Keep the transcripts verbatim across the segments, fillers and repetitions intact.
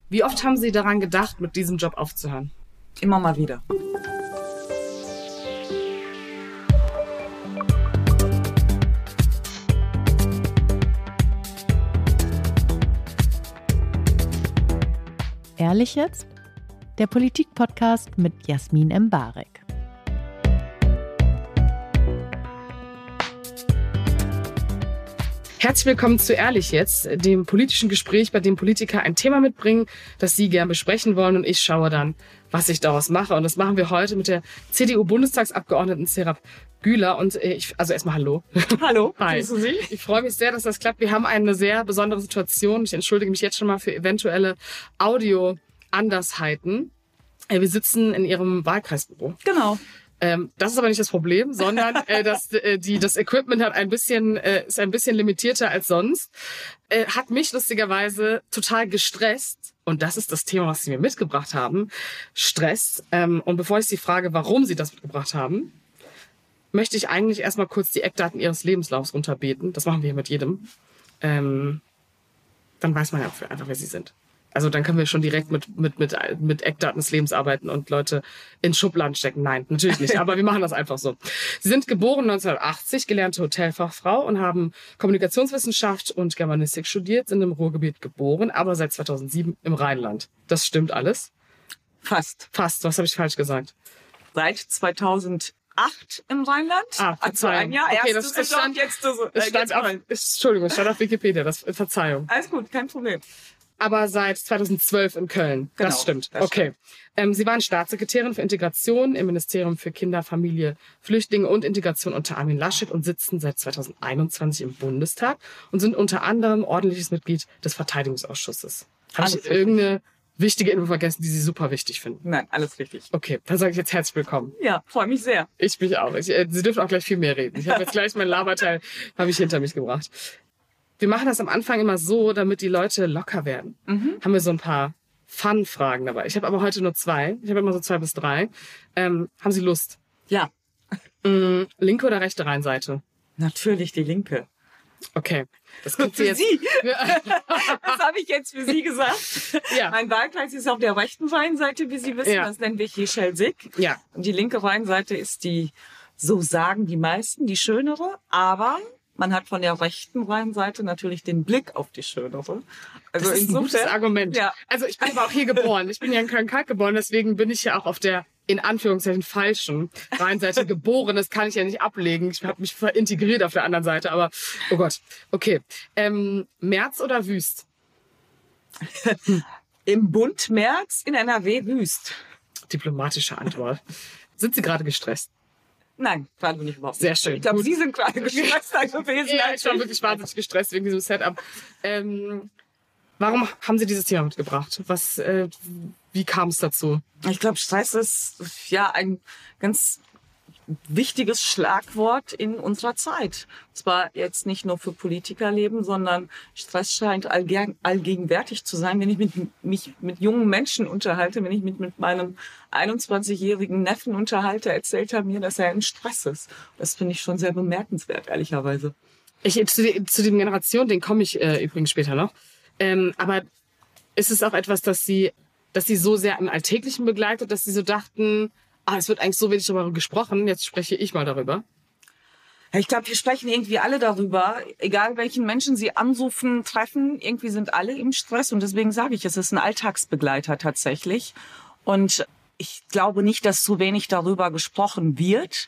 Wie oft haben Sie daran gedacht, mit diesem Job aufzuhören? Immer mal wieder. Ehrlich jetzt? Der Politik-Podcast mit Jasmin Mbarek. Herzlich willkommen zu Ehrlich jetzt, dem politischen Gespräch, bei dem Politiker ein Thema mitbringen, das sie gern besprechen wollen und ich schaue dann, was ich daraus mache. Und das machen wir heute mit der C D U-Bundestagsabgeordneten Serap Güler. Und ich, also erstmal hallo. Hallo, Hi. grüßen Sie. Ich freue mich sehr, dass das klappt. Wir haben eine sehr besondere Situation. Ich entschuldige mich jetzt schon mal für eventuelle Audio-Andersheiten. Wir sitzen in Ihrem Wahlkreisbüro. Genau. Ähm, das ist aber nicht das Problem, sondern äh, das, äh, die, das Equipment hat ein bisschen, äh, ist ein bisschen limitierter als sonst. Äh, hat mich lustigerweise total gestresst. Und das ist das Thema, was Sie mir mitgebracht haben. Stress. Ähm, und bevor ich Sie frage, warum Sie das mitgebracht haben, möchte ich eigentlich erstmal kurz die Eckdaten Ihres Lebenslaufs runterbeten. Das machen wir hier mit jedem. Ähm, dann weiß man ja einfach, wer Sie sind. Also dann können wir schon direkt mit, mit, mit, mit Eckdaten des Lebens arbeiten und Leute in Schubladen stecken. Nein, natürlich nicht. Aber wir machen das einfach so. Sie sind geboren neunzehnhundertachtzig, gelernte Hotelfachfrau und haben Kommunikationswissenschaft und Germanistik studiert, sind im Ruhrgebiet geboren, aber seit zweitausendsieben im Rheinland. Das stimmt alles? Fast. Fast, was habe ich falsch gesagt? Seit zweitausendacht im Rheinland. Ah, also ein Jahr. Okay, erstes das, das stand, jetzt so, es äh, stand jetzt auf, Entschuldigung, es stand auf Wikipedia. Das, Verzeihung. Alles gut, kein Problem. Aber seit zweitausendzwölf in Köln. Genau, das stimmt. Das okay. Stimmt. Ähm, Sie waren Staatssekretärin für Integration im Ministerium für Kinder, Familie, Flüchtlinge und Integration unter Armin Laschet und sitzen seit zweitausendeinundzwanzig im Bundestag und sind unter anderem ordentliches Mitglied des Verteidigungsausschusses. Habe ich irgendeine wichtige Info vergessen, die Sie super wichtig finden? Nein, alles richtig. Okay, dann sage ich jetzt herzlich willkommen. Ja, freue mich sehr. Ich mich auch. Ich, äh, Sie dürfen auch gleich viel mehr reden. Ich habe jetzt gleich mein Laberteil habe ich hinter mich gebracht. Wir machen das am Anfang immer so, damit die Leute locker werden. Mhm. Haben wir so ein paar Fun-Fragen dabei. Ich habe aber heute nur zwei. Ich habe immer so zwei bis drei. Ähm, haben Sie Lust? Ja. Mhm. Linke oder rechte Rheinseite? Natürlich die Linke. Okay. Das kommt für jetzt. Sie. Das habe ich jetzt für Sie gesagt. Ja. Mein Wahlkreis ist auf der rechten Rheinseite, wie Sie wissen. Ja. Das nennen wir hier Schelsig. Ja. Und die linke Rheinseite ist die, so sagen die meisten, die schönere. Aber man hat von der rechten Rheinseite natürlich den Blick auf die schönere. Also das ist ein gutes Argument. Ja. Also ich bin aber auch hier geboren. Ich bin ja in Köln-Kalk geboren, deswegen bin ich ja auch auf der in Anführungszeichen falschen Rheinseite geboren. Das kann ich ja nicht ablegen. Ich habe mich integriert auf der anderen Seite, aber oh Gott. Okay. Ähm, Merz oder Wüst? Im Bund Merz, in N R W Wüst. Diplomatische Antwort. Sind Sie gerade gestresst? Nein, gerade bin ich überhaupt nicht. Sehr schön. Ich glaube, Sie sind gerade gestresst gewesen. Ja, ich war wirklich wahnsinnig gestresst wegen diesem Setup. Ähm, warum haben Sie dieses Thema mitgebracht? Was, äh, wie kam es dazu? Ich glaube, Stress ist ja ein ganz wichtiges Schlagwort in unserer Zeit. Und zwar jetzt nicht nur für Politikerleben, sondern Stress scheint allgegenwärtig zu sein. Wenn ich mit, mich mit jungen Menschen unterhalte, wenn ich mich mit meinem einundzwanzigjährigen Neffen unterhalte, erzählt er mir, dass er in Stress ist. Das finde ich schon sehr bemerkenswert, ehrlicherweise. Ich, zu, die, zu dem Generation, den komme ich äh, übrigens später noch. Ähm, aber ist es auch etwas, dass Sie, dass Sie so sehr im Alltäglichen begleitet, dass Sie so dachten, ah, es wird eigentlich so wenig darüber gesprochen, jetzt spreche ich mal darüber? Ich glaube, wir sprechen irgendwie alle darüber. Egal welchen Menschen Sie anrufen, treffen, irgendwie sind alle im Stress. Und deswegen sage ich, es ist ein Alltagsbegleiter tatsächlich. Und ich glaube nicht, dass zu wenig darüber gesprochen wird.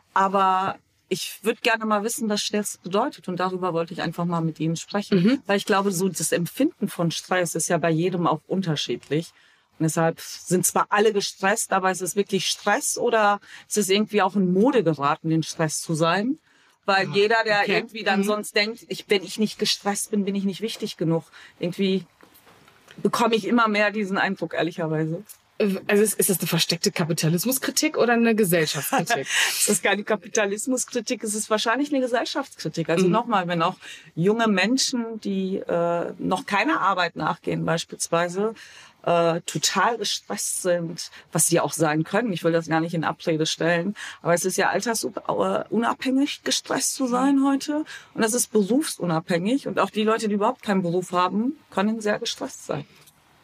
Aber ich würde gerne mal wissen, was Stress bedeutet. Und darüber wollte ich einfach mal mit Ihnen sprechen. Mhm. Weil ich glaube, so das Empfinden von Stress ist ja bei jedem auch unterschiedlich. Und deshalb sind zwar alle gestresst, aber ist es wirklich Stress oder ist es irgendwie auch in Mode geraten, in Stress zu sein? Weil ja, jeder, der okay. irgendwie dann mhm. sonst denkt, ich, wenn ich nicht gestresst bin, bin ich nicht wichtig genug. Irgendwie bekomme ich immer mehr diesen Eindruck, ehrlicherweise. Also ist, ist das eine versteckte Kapitalismuskritik oder eine Gesellschaftskritik? Das ist keine Kapitalismuskritik, es ist wahrscheinlich eine Gesellschaftskritik. Also mhm. nochmal, wenn auch junge Menschen, die äh, noch keiner Arbeit nachgehen beispielsweise, äh, total gestresst sind, was sie auch sein können. Ich will das gar nicht in Abrede stellen. Aber es ist ja altersunabhängig, gestresst zu sein heute. Und es ist berufsunabhängig. Und auch die Leute, die überhaupt keinen Beruf haben, können sehr gestresst sein.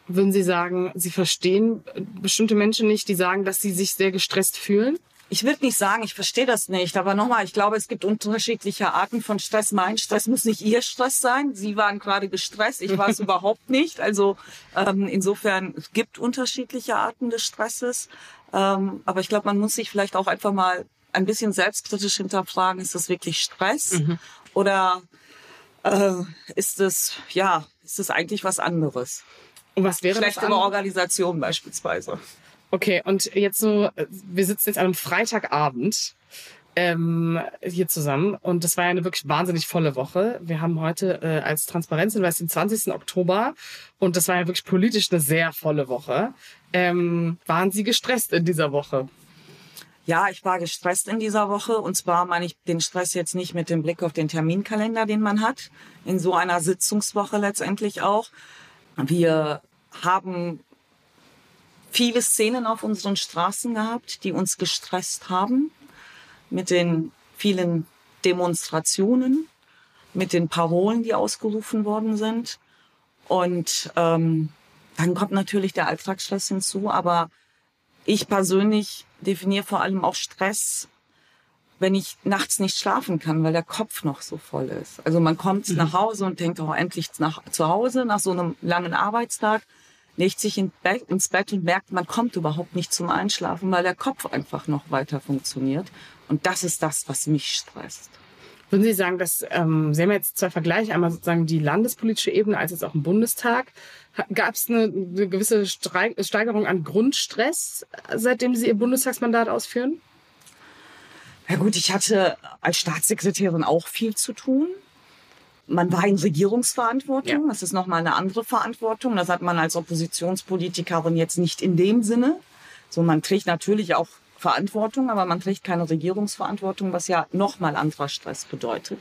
Würden Sie sagen, Sie verstehen bestimmte Menschen nicht, die sagen, dass sie sich sehr gestresst fühlen? Ich würde nicht sagen, ich verstehe das nicht. Aber nochmal, ich glaube, es gibt unterschiedliche Arten von Stress. Mein Stress muss nicht Ihr Stress sein. Sie waren gerade gestresst, ich war es überhaupt nicht. Also ähm, insofern, es gibt unterschiedliche Arten des Stresses. Ähm, aber ich glaube, man muss sich vielleicht auch einfach mal ein bisschen selbstkritisch hinterfragen, ist das wirklich Stress? Mhm. Oder äh, ist es, ja, ist es eigentlich was anderes? Und was wäre Schlechtere das Organisation beispielsweise. Okay, und jetzt so, wir sitzen jetzt an einem Freitagabend ähm, hier zusammen und das war ja eine wirklich wahnsinnig volle Woche. Wir haben heute äh, als Transparenzhinweis den zwanzigsten Oktober und das war ja wirklich politisch eine sehr volle Woche. Ähm, waren Sie gestresst in dieser Woche? Ja, ich war gestresst in dieser Woche und zwar meine ich den Stress jetzt nicht mit dem Blick auf den Terminkalender, den man hat, in so einer Sitzungswoche letztendlich auch. Wir haben viele Szenen auf unseren Straßen gehabt, die uns gestresst haben, mit den vielen Demonstrationen, mit den Parolen, die ausgerufen worden sind. Und ähm, dann kommt natürlich der Alltagsstress hinzu, aber ich persönlich definiere vor allem auch Stress, wenn ich nachts nicht schlafen kann, weil der Kopf noch so voll ist. Also man kommt mhm. nach Hause und denkt, oh, endlich nach, zu Hause nach so einem langen Arbeitstag, legt sich in Bett, ins Bett und merkt, man kommt überhaupt nicht zum Einschlafen, weil der Kopf einfach noch weiter funktioniert. Und das ist das, was mich stresst. Würden Sie sagen, dass ähm, Sie haben jetzt zwei Vergleiche, einmal sozusagen die landespolitische Ebene als jetzt auch im Bundestag. Gab es eine, eine gewisse Streik, Steigerung an Grundstress, seitdem Sie Ihr Bundestagsmandat ausführen? Ja gut, ich hatte als Staatssekretärin auch viel zu tun. Man war in Regierungsverantwortung, ja. Das ist nochmal eine andere Verantwortung. Das hat man als Oppositionspolitikerin jetzt nicht in dem Sinne. So, man trägt natürlich auch Verantwortung, aber man trägt keine Regierungsverantwortung, was ja nochmal anderer Stress bedeutet.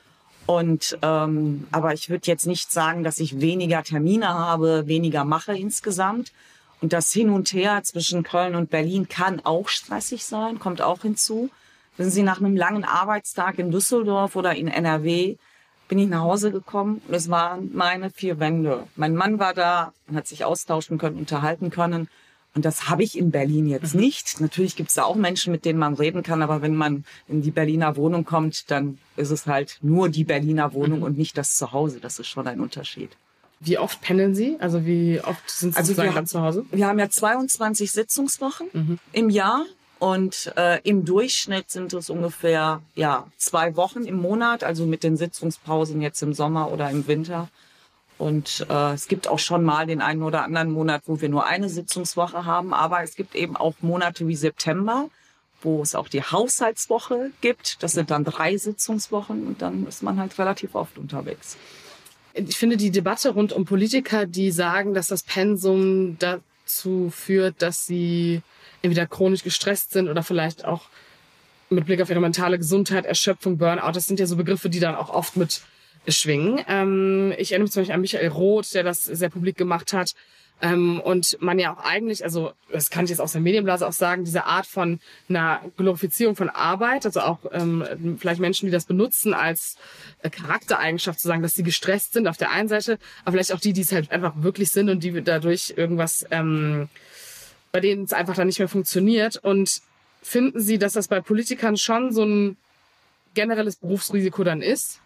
Und ähm, aber ich würde jetzt nicht sagen, dass ich weniger Termine habe, weniger mache insgesamt. Und das Hin und Her zwischen Köln und Berlin kann auch stressig sein, kommt auch hinzu. Wenn Sie nach einem langen Arbeitstag in Düsseldorf oder in N R W, bin ich nach Hause gekommen und es waren meine vier Wände. Mein Mann war da, man hat sich austauschen können, unterhalten können. Und das habe ich in Berlin jetzt mhm. nicht. Natürlich gibt es da auch Menschen, mit denen man reden kann, aber wenn man in die Berliner Wohnung kommt, dann ist es halt nur die Berliner Wohnung mhm. und nicht das Zuhause. Das ist schon ein Unterschied. Wie oft pendeln Sie? Also wie oft sind Sie also sozusagen dann zu Hause? Wir haben ja zweiundzwanzig Sitzungswochen mhm. im Jahr. Und äh, im Durchschnitt sind es ungefähr ja zwei Wochen im Monat, also mit den Sitzungspausen jetzt im Sommer oder im Winter. Und äh, es gibt auch schon mal den einen oder anderen Monat, wo wir nur eine Sitzungswoche haben. Aber es gibt eben auch Monate wie September, wo es auch die Haushaltswoche gibt. Das sind dann drei Sitzungswochen und dann ist man halt relativ oft unterwegs. Ich finde die Debatte rund um Politiker, die sagen, dass das Pensum dazu führt, dass sie entweder chronisch gestresst sind oder vielleicht auch mit Blick auf ihre mentale Gesundheit, Erschöpfung, Burnout. Das sind ja so Begriffe, die dann auch oft mit schwingen. Ähm, ich erinnere mich zum Beispiel an Michael Roth, der das sehr publik gemacht hat. Ähm, und man ja auch eigentlich, also das kann ich jetzt aus der Medienblase auch sagen, diese Art von einer Glorifizierung von Arbeit, also auch ähm, vielleicht Menschen, die das benutzen als äh, Charaktereigenschaft, zu sagen, dass sie gestresst sind auf der einen Seite, aber vielleicht auch die, die es halt einfach wirklich sind und die dadurch irgendwas... Ähm, bei denen es einfach dann nicht mehr funktioniert. Und finden Sie, dass das bei Politikern schon so ein generelles Berufsrisiko dann ist?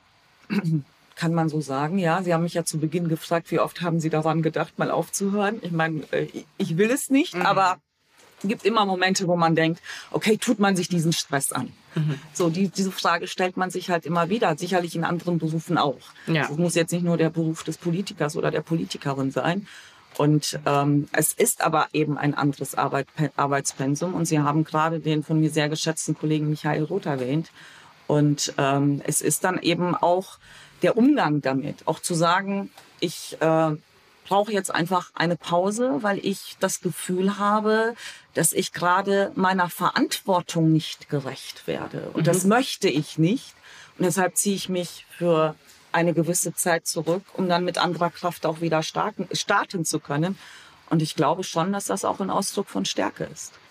Kann man so sagen, ja. Sie haben mich ja zu Beginn gefragt, wie oft haben Sie daran gedacht, mal aufzuhören? Ich meine, ich will es nicht, mhm. aber es gibt immer Momente, wo man denkt, okay, tut man sich diesen Stress an? Mhm. So, die, diese Frage stellt man sich halt immer wieder, sicherlich in anderen Berufen auch. Ja. Es muss jetzt nicht nur der Beruf des Politikers oder der Politikerin sein. Und ähm, es ist aber eben ein anderes Arbeit, Arbeitspensum. Und Sie haben gerade den von mir sehr geschätzten Kollegen Michael Roth erwähnt. Und ähm, es ist dann eben auch der Umgang damit. Auch zu sagen, ich äh, brauche jetzt einfach eine Pause, weil ich das Gefühl habe, dass ich gerade meiner Verantwortung nicht gerecht werde. Und mhm. das möchte ich nicht. Und deshalb ziehe ich mich für eine gewisse Zeit zurück, um dann mit anderer Kraft auch wieder starten, starten zu können. Und ich glaube schon, dass das auch ein Ausdruck von Stärke ist.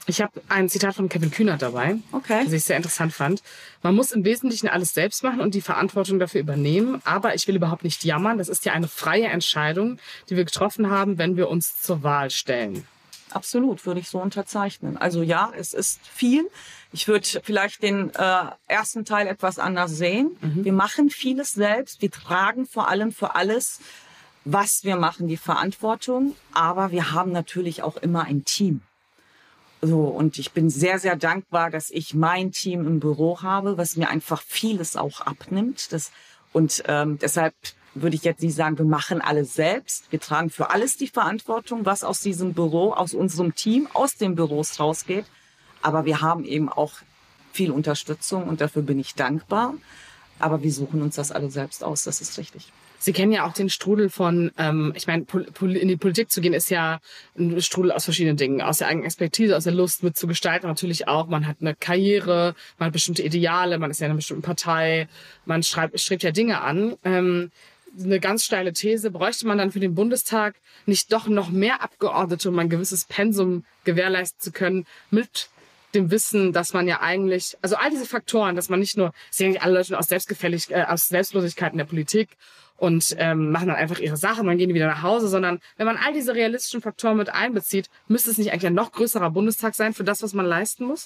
Ich habe ein Zitat von Kevin Kühnert dabei, Okay. das ich sehr interessant fand. Man muss im Wesentlichen alles selbst machen und die Verantwortung dafür übernehmen. Aber ich will überhaupt nicht jammern. Das ist ja eine freie Entscheidung, die wir getroffen haben, wenn wir uns zur Wahl stellen. Absolut, würde ich so unterzeichnen. Also ja, es ist viel. Ich würde vielleicht den äh, ersten Teil etwas anders sehen. Mhm. Wir machen vieles selbst. Wir tragen vor allem für alles, was wir machen, die Verantwortung. Aber wir haben natürlich auch immer ein Team. So, und ich bin sehr, sehr dankbar, dass ich mein Team im Büro habe, was mir einfach vieles auch abnimmt. Das, und ähm, deshalb würde ich jetzt nicht sagen, wir machen alles selbst. Wir tragen für alles die Verantwortung, was aus diesem Büro, aus unserem Team, aus den Büros rausgeht. Aber wir haben eben auch viel Unterstützung und dafür bin ich dankbar. Aber wir suchen uns das alle selbst aus, das ist richtig. Sie kennen ja auch den Strudel von, ähm, ich meine, in die Politik zu gehen ist ja ein Strudel aus verschiedenen Dingen. Aus der eigenen Expertise, aus der Lust mitzugestalten natürlich auch. Man hat eine Karriere, man hat bestimmte Ideale, man ist ja in einer bestimmten Partei, man schreibt, strebt ja Dinge an. Ähm, eine ganz steile These, bräuchte man dann für den Bundestag nicht doch noch mehr Abgeordnete, um ein gewisses Pensum gewährleisten zu können, mit dem Wissen, dass man ja eigentlich, also all diese Faktoren, dass man nicht nur, sehen nicht alle Leute aus Selbstgefällig, äh, aus Selbstlosigkeit in der Politik und ähm, machen dann einfach ihre Sachen, dann gehen die wieder nach Hause, sondern wenn man all diese realistischen Faktoren mit einbezieht, müsste es nicht eigentlich ein noch größerer Bundestag sein für das, was man leisten muss?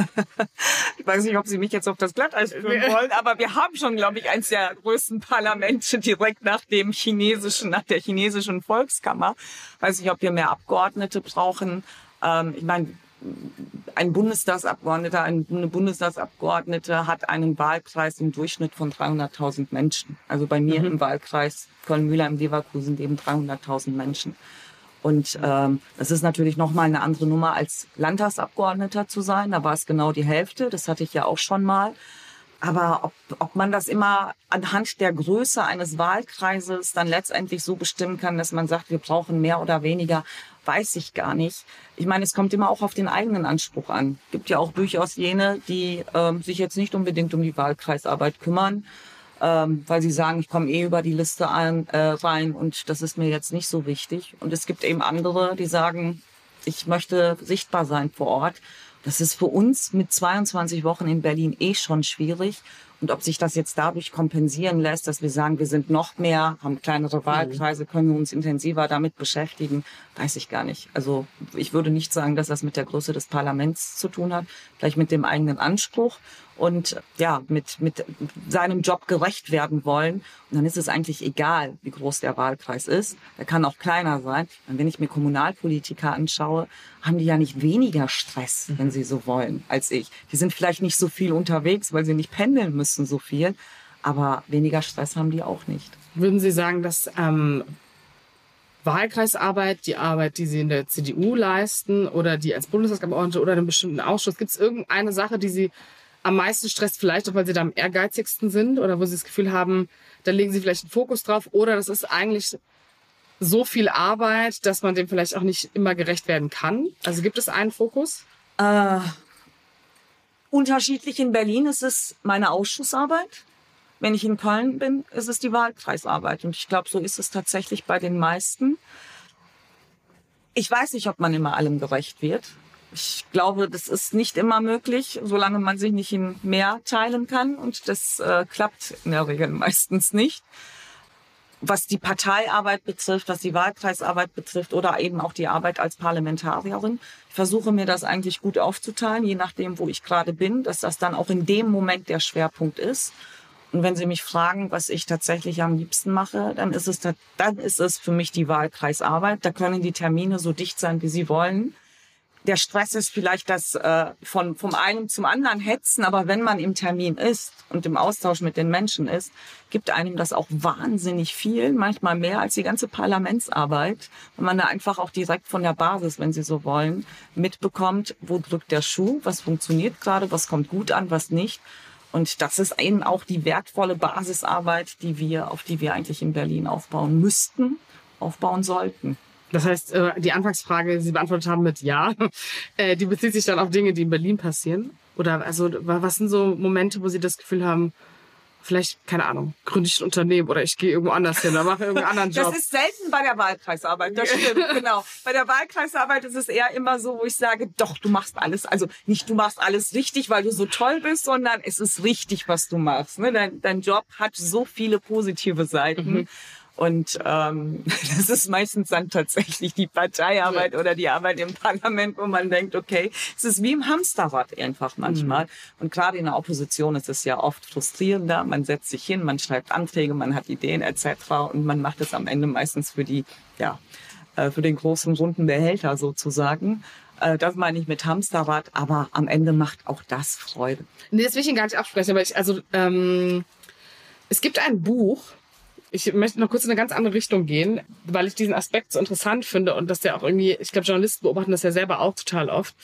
Ich weiß nicht, ob Sie mich jetzt auf das Glatteis führen wollen, aber wir haben schon, glaube ich, eines der größten Parlamente direkt nach dem chinesischen, nach der chinesischen Volkskammer. Ich weiß nicht, ob wir mehr Abgeordnete brauchen. Ähm, ich meine, ein Bundestagsabgeordneter, eine Bundestagsabgeordnete hat einen Wahlkreis im Durchschnitt von dreihunderttausend Menschen. Also bei mir mhm. im Wahlkreis Köln-Mühlheim-Leverkusen leben dreihunderttausend Menschen. Und ähm, das ist natürlich nochmal eine andere Nummer, als Landtagsabgeordneter zu sein. Da war es genau die Hälfte. Das hatte ich ja auch schon mal. Aber ob, ob man das immer anhand der Größe eines Wahlkreises dann letztendlich so bestimmen kann, dass man sagt, wir brauchen mehr oder weniger, weiß ich gar nicht. Ich meine, es kommt immer auch auf den eigenen Anspruch an. Es gibt ja auch durchaus jene, die ähm, sich jetzt nicht unbedingt um die Wahlkreisarbeit kümmern, ähm, weil sie sagen, ich komme eh über die Liste ein, äh, rein und das ist mir jetzt nicht so wichtig. Und es gibt eben andere, die sagen, ich möchte sichtbar sein vor Ort. Das ist für uns mit zweiundzwanzig Wochen in Berlin eh schon schwierig. Und ob sich das jetzt dadurch kompensieren lässt, dass wir sagen, wir sind noch mehr, haben kleinere Wahlkreise, können wir uns intensiver damit beschäftigen, weiß ich gar nicht. Also ich würde nicht sagen, dass das mit der Größe des Parlaments zu tun hat, vielleicht mit dem eigenen Anspruch und ja, mit, mit seinem Job gerecht werden wollen. Und dann ist es eigentlich egal, wie groß der Wahlkreis ist. Der kann auch kleiner sein. Und wenn ich mir Kommunalpolitiker anschaue, haben die ja nicht weniger Stress, wenn sie so wollen, als ich. Die sind vielleicht nicht so viel unterwegs, weil sie nicht pendeln müssen so viel. Aber weniger Stress haben die auch nicht. Würden Sie sagen, dass ähm, Wahlkreisarbeit, die Arbeit, die Sie in der C D U leisten oder die als Bundestagsabgeordnete oder in einem bestimmten Ausschuss, gibt es irgendeine Sache, die Sie am meisten stresst, vielleicht auch, weil Sie da am ehrgeizigsten sind oder wo Sie das Gefühl haben, da legen Sie vielleicht einen Fokus drauf oder das ist eigentlich so viel Arbeit, dass man dem vielleicht auch nicht immer gerecht werden kann? Also gibt es einen Fokus? Äh, unterschiedlich in Berlin ist es meine Ausschussarbeit. Wenn ich in Köln bin, ist es die Wahlkreisarbeit. Und ich glaube, so ist es tatsächlich bei den meisten. Ich weiß nicht, ob man immer allem gerecht wird. Ich glaube, das ist nicht immer möglich, solange man sich nicht in mehr teilen kann. Und das äh, klappt in der Regel meistens nicht. Was die Parteiarbeit betrifft, was die Wahlkreisarbeit betrifft oder eben auch die Arbeit als Parlamentarierin. Ich versuche mir das eigentlich gut aufzuteilen, je nachdem, wo ich gerade bin, dass das dann auch in dem Moment der Schwerpunkt ist. Und wenn Sie mich fragen, was ich tatsächlich am liebsten mache, dann ist es, dann ist es für mich die Wahlkreisarbeit. Da können die Termine so dicht sein, wie sie wollen. Der Stress ist vielleicht das äh, von vom einen zum anderen hetzen, aber wenn man im Termin ist und im Austausch mit den Menschen ist, gibt einem das auch wahnsinnig viel, manchmal mehr als die ganze Parlamentsarbeit, wenn man da einfach auch direkt von der Basis, wenn Sie so wollen, mitbekommt, wo drückt der Schuh, was funktioniert gerade, was kommt gut an, was nicht. Und das ist eben auch die wertvolle Basisarbeit, die wir, auf die wir eigentlich in Berlin aufbauen müssten, aufbauen sollten. Das heißt, die Anfangsfrage, die Sie beantwortet haben mit Ja, die bezieht sich dann auf Dinge, die in Berlin passieren? Oder also was sind so Momente, wo Sie das Gefühl haben, vielleicht, keine Ahnung, gründe ich ein Unternehmen oder ich gehe irgendwo anders hin oder mache irgendeinen anderen Job. Das ist selten bei der Wahlkreisarbeit, das stimmt, genau. Bei der Wahlkreisarbeit ist es eher immer so, wo ich sage, doch, du machst alles, also nicht du machst alles richtig, weil du so toll bist, sondern es ist richtig, was du machst. Ne? Dein, dein Job hat so viele positive Seiten. Mhm. Und ähm, das ist meistens dann tatsächlich die Parteiarbeit ja. oder die Arbeit im Parlament, wo man denkt, okay, es ist wie im Hamsterrad einfach manchmal. Mhm. Und gerade in der Opposition ist es ja oft frustrierender. Man setzt sich hin, man schreibt Anträge, man hat Ideen et cetera. Und man macht es am Ende meistens für die, ja, äh, für den großen runden Behälter sozusagen. Äh, das meine ich mit Hamsterrad, aber am Ende macht auch das Freude. Nee, das will ich Ihnen gar nicht absprechen, aber ich, also ähm, es gibt ein Buch. Ich möchte noch kurz in eine ganz andere Richtung gehen, weil ich diesen Aspekt so interessant finde und dass der auch irgendwie, ich glaube, Journalisten beobachten das ja selber auch total oft.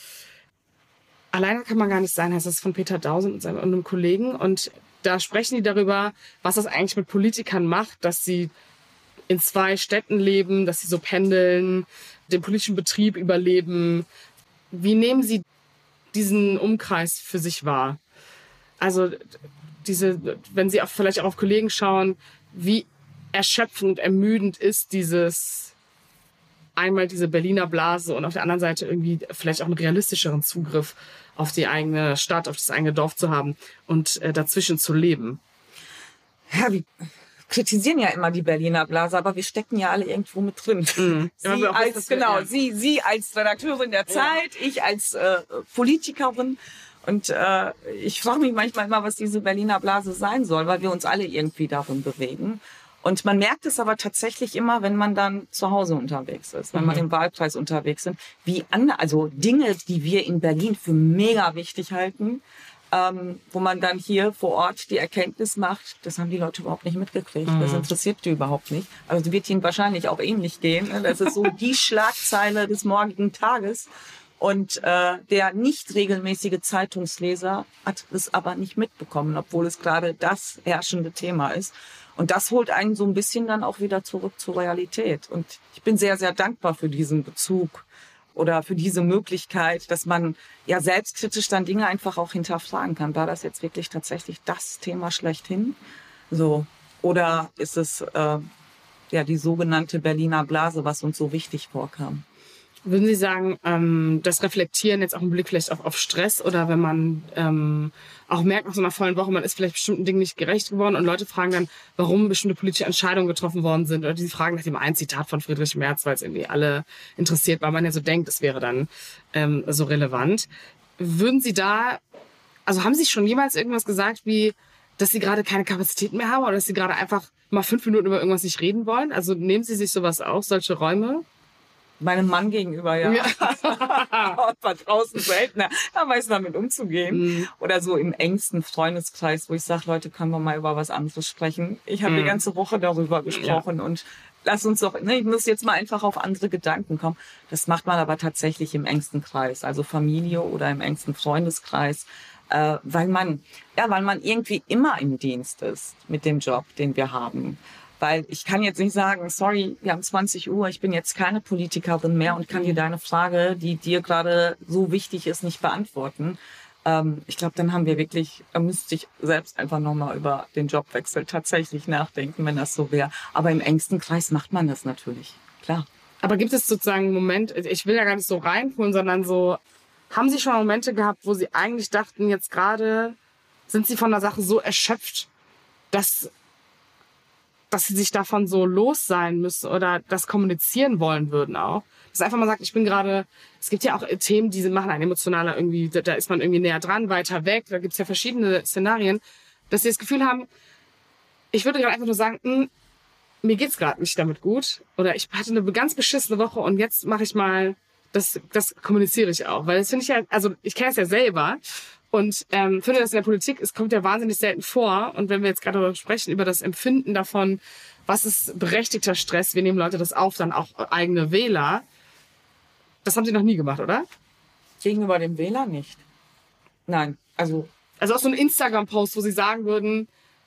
Alleine kann man gar nicht sein, heißt das von Peter Dausen und einem Kollegen. Und da sprechen die darüber, was das eigentlich mit Politikern macht, dass sie in zwei Städten leben, dass sie so pendeln, den politischen Betrieb überleben. Wie nehmen Sie diesen Umkreis für sich wahr? Also diese, wenn Sie auch vielleicht auch auf Kollegen schauen, wie erschöpfend, ermüdend ist dieses, einmal diese Berliner Blase und auf der anderen Seite irgendwie vielleicht auch einen realistischeren Zugriff auf die eigene Stadt, auf das eigene Dorf zu haben und äh, dazwischen zu leben. Ja, wir kritisieren ja immer die Berliner Blase, aber wir stecken ja alle irgendwo mit drin. Mhm. Sie als, wissen, genau, ja. Sie, Sie als Redakteurin der Zeit, ja. ich als äh, Politikerin. Und äh, ich frage mich manchmal immer, was diese Berliner Blase sein soll, weil wir uns alle irgendwie darin bewegen. Und man merkt es aber tatsächlich immer, wenn man dann zu Hause unterwegs ist, wenn mhm. man im Wahlkreis unterwegs ist, wie an, also Dinge, die wir in Berlin für mega wichtig halten, ähm, wo man dann hier vor Ort die Erkenntnis macht, das haben die Leute überhaupt nicht mitgekriegt. Mhm. Das interessiert die überhaupt nicht. Also es wird ihnen wahrscheinlich auch ähnlich gehen. Ne? Das ist so die Schlagzeile des morgigen Tages. Und äh, der nicht regelmäßige Zeitungsleser hat es aber nicht mitbekommen, obwohl es gerade das herrschende Thema ist. Und das holt einen so ein bisschen dann auch wieder zurück zur Realität. Und ich bin sehr, sehr dankbar für diesen Bezug oder für diese Möglichkeit, dass man ja selbstkritisch dann Dinge einfach auch hinterfragen kann. War das jetzt wirklich tatsächlich das Thema schlechthin? So. Oder ist es äh, ja die sogenannte Berliner Blase, was uns so wichtig vorkam? Würden Sie sagen, ähm, das Reflektieren jetzt auch einen Blick vielleicht auf, auf Stress oder wenn man ähm, auch merkt nach so einer vollen Woche, man ist vielleicht bestimmten Dingen nicht gerecht geworden und Leute fragen dann, warum bestimmte politische Entscheidungen getroffen worden sind oder die fragen nach dem einen Zitat von Friedrich Merz, weil es irgendwie alle interessiert, weil man ja so denkt, es wäre dann ähm, so relevant. Würden Sie da, also haben Sie schon jemals irgendwas gesagt, wie, dass Sie gerade keine Kapazität mehr haben oder dass Sie gerade einfach mal fünf Minuten über irgendwas nicht reden wollen? Also nehmen Sie sich sowas auf, solche Räume? Meinem Mann gegenüber, ja. ja. Aber draußen seltener. Da weiß man damit umzugehen. Mhm. Oder so im engsten Freundeskreis, wo ich sage, Leute, können wir mal über was anderes sprechen. Ich habe mhm. die ganze Woche darüber gesprochen ja. und lass uns doch, ne, ich muss jetzt mal einfach auf andere Gedanken kommen. Das macht man aber tatsächlich im engsten Kreis, also Familie oder im engsten Freundeskreis, äh, weil man, ja, weil man irgendwie immer im Dienst ist mit dem Job, den wir haben. Weil ich kann jetzt nicht sagen, sorry, wir haben zwanzig Uhr, ich bin jetzt keine Politikerin mehr und kann dir deine Frage, die dir gerade so wichtig ist, nicht beantworten. Ähm, ich glaube, dann haben wir wirklich, da müsste ich selbst einfach nochmal über den Jobwechsel tatsächlich nachdenken, wenn das so wäre. Aber im engsten Kreis macht man das natürlich, klar. Aber gibt es sozusagen einen Moment, ich will ja gar nicht so reinholen, sondern so, haben Sie schon Momente gehabt, wo Sie eigentlich dachten, jetzt gerade sind Sie von der Sache so erschöpft, dass dass sie sich davon so los sein müssen oder das kommunizieren wollen würden auch. Dass einfach mal sagt, ich bin gerade, es gibt ja auch Themen, die machen einen emotionaler irgendwie, da ist man irgendwie näher dran, weiter weg, da gibt's ja verschiedene Szenarien, dass sie das Gefühl haben, ich würde gerade einfach nur sagen, mh, mir geht's gerade nicht damit gut oder ich hatte eine ganz beschissene Woche und jetzt mache ich mal, das, das kommuniziere ich auch, weil das finde ich ja, also ich kenne es ja selber. Und ähm, finde, dass in der Politik, es kommt ja wahnsinnig selten vor. Und wenn wir jetzt gerade darüber sprechen, über das Empfinden davon, was ist berechtigter Stress, wir nehmen Leute das auf, dann auch eigene Wähler. Das haben Sie noch nie gemacht, oder? Gegenüber dem Wähler nicht. Nein, also... Also auch so ein Instagram-Post, wo Sie sagen würden...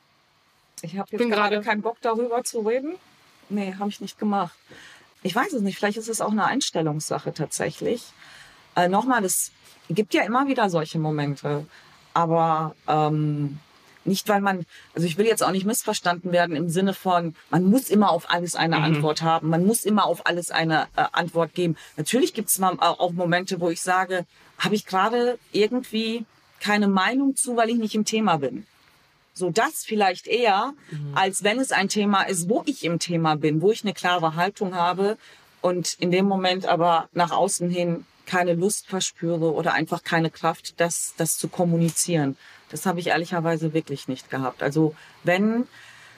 Ich habe jetzt gerade keinen Bock, darüber zu reden. Nee, habe ich nicht gemacht. Ich weiß es nicht, vielleicht ist es auch eine Einstellungssache tatsächlich. Äh, nochmal, das... Es gibt ja immer wieder solche Momente, aber ähm, nicht, weil man, also ich will jetzt auch nicht missverstanden werden im Sinne von, man muss immer auf alles eine mhm. Antwort haben, man muss immer auf alles eine äh, Antwort geben. Natürlich gibt es mal auch Momente, wo ich sage, habe ich gerade irgendwie keine Meinung zu, weil ich nicht im Thema bin. So das vielleicht eher, mhm. als wenn es ein Thema ist, wo ich im Thema bin, wo ich eine klare Haltung habe und in dem Moment aber nach außen hin keine Lust verspüre oder einfach keine Kraft, das, das zu kommunizieren. Das habe ich ehrlicherweise wirklich nicht gehabt. Also wenn,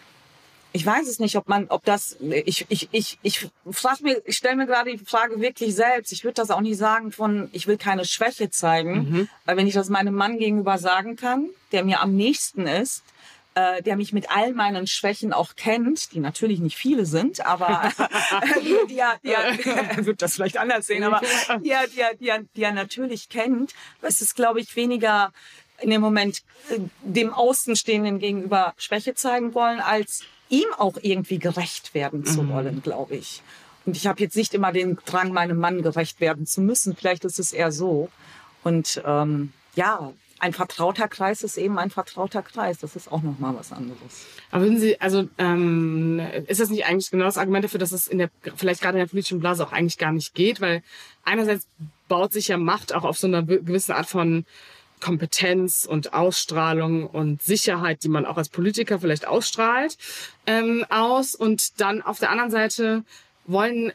ich weiß es nicht, ob man, ob das, ich, ich, ich, ich frage mir, ich stelle mir gerade die Frage wirklich selbst. Ich würde das auch nicht sagen von, ich will keine Schwäche zeigen, mhm. weil wenn ich das meinem Mann gegenüber sagen kann, der mir am nächsten ist, äh, der mich mit all meinen Schwächen auch kennt, die natürlich nicht viele sind, aber die er, die er, er wird das vielleicht anders sehen, aber die er, die er, die er, die er natürlich kennt, ist es, glaube ich, weniger in dem Moment äh, dem Außenstehenden gegenüber Schwäche zeigen wollen, als ihm auch irgendwie gerecht werden zu mhm. wollen, glaube ich. Und ich habe jetzt nicht immer den Drang, meinem Mann gerecht werden zu müssen. Vielleicht ist es eher so. Und ähm, ja, ein vertrauter Kreis ist eben ein vertrauter Kreis. Das ist auch nochmal was anderes. Aber würden Sie, also ähm, ist das nicht eigentlich genau das Argument dafür, dass es in der, vielleicht gerade in der politischen Blase auch eigentlich gar nicht geht? Weil einerseits baut sich ja Macht auch auf so einer gewissen Art von Kompetenz und Ausstrahlung und Sicherheit, die man auch als Politiker vielleicht ausstrahlt, ähm, aus. Und dann auf der anderen Seite wollen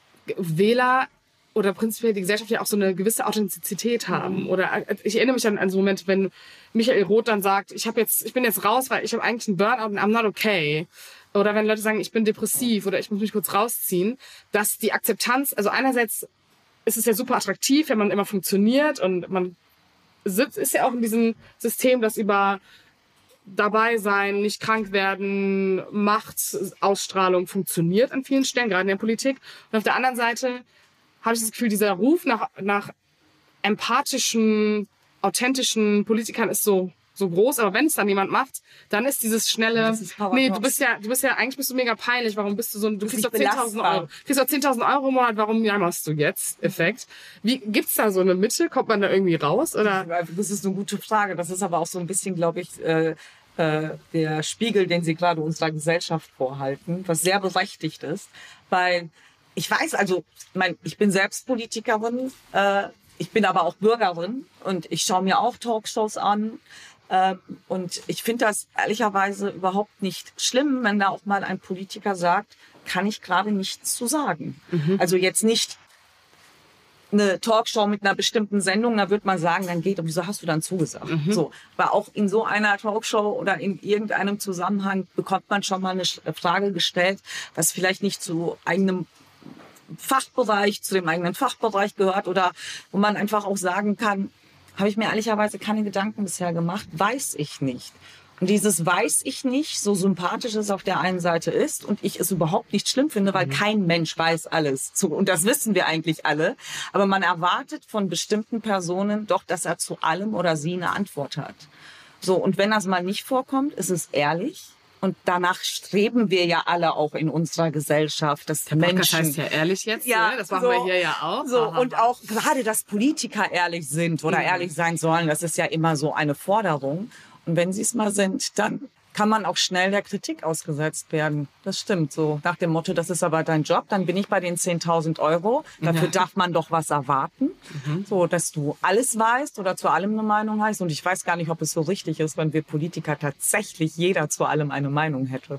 Wähler oder prinzipiell die Gesellschaft ja auch so eine gewisse Authentizität haben. Oder ich erinnere mich an, an so Momente, wenn Michael Roth dann sagt, ich habe jetzt, ich bin jetzt raus, weil ich habe eigentlich einen Burnout und I'm not okay. Oder wenn Leute sagen, ich bin depressiv oder ich muss mich kurz rausziehen, dass die Akzeptanz, also einerseits ist es ja super attraktiv, wenn man immer funktioniert und man sitzt, ist ja auch in diesem System, das über dabei sein, nicht krank werden, Machtausstrahlung funktioniert an vielen Stellen, gerade in der Politik. Und auf der anderen Seite habe ich das Gefühl, dieser Ruf nach, nach empathischen, authentischen Politikern ist so, so groß. Aber wenn es dann jemand macht, dann ist dieses schnelle, nee, du bist ja, du bist ja, eigentlich bist du mega peinlich. Warum bist du so, du kriegst doch zehntausend Euro, kriegst doch zehntausend Euro im Monat, warum jammerst du jetzt? Effekt. Wie, gibt's da so eine Mitte? Kommt man da irgendwie raus, oder? Das ist eine gute Frage. Das ist aber auch so ein bisschen, glaube ich, äh, äh, der Spiegel, den Sie gerade unserer Gesellschaft vorhalten, was sehr berechtigt ist, weil ich weiß, also, ich mein, ich bin selbst Politikerin, äh, ich bin aber auch Bürgerin und ich schaue mir auch Talkshows an. Äh, und ich finde das ehrlicherweise überhaupt nicht schlimm, wenn da auch mal ein Politiker sagt, kann ich gerade nichts zu sagen. Mhm. Also jetzt nicht eine Talkshow mit einer bestimmten Sendung, da wird man sagen, dann geht, wieso hast du dann zugesagt? Mhm. So, aber auch in so einer Talkshow oder in irgendeinem Zusammenhang bekommt man schon mal eine Frage gestellt, was vielleicht nicht zu eigenem Fachbereich, zu dem eigenen Fachbereich gehört oder wo man einfach auch sagen kann, habe ich mir ehrlicherweise keine Gedanken bisher gemacht, weiß ich nicht. Und dieses weiß ich nicht, so sympathisch es auf der einen Seite ist und ich es überhaupt nicht schlimm finde, weil mhm. kein Mensch weiß alles. Und das wissen wir eigentlich alle. Aber man erwartet von bestimmten Personen doch, dass er zu allem oder sie eine Antwort hat. So, und wenn das mal nicht vorkommt, ist es ehrlich. Und danach streben wir ja alle auch in unserer Gesellschaft, dass der Menschen... Das heißt ja ehrlich jetzt, ja, ne? Das machen so, wir hier ja auch. So, Aha. Und auch gerade, dass Politiker ehrlich sind oder mhm. ehrlich sein sollen, das ist ja immer so eine Forderung. Und wenn sie es mal sind, dann kann man auch schnell der Kritik ausgesetzt werden. Das stimmt so. Nach dem Motto, das ist aber dein Job, dann bin ich bei den zehntausend Euro. Dafür ja. darf man doch was erwarten. Mhm. So, dass du alles weißt oder zu allem eine Meinung hast. Und ich weiß gar nicht, ob es so richtig ist, wenn wir Politiker tatsächlich jeder zu allem eine Meinung hätte.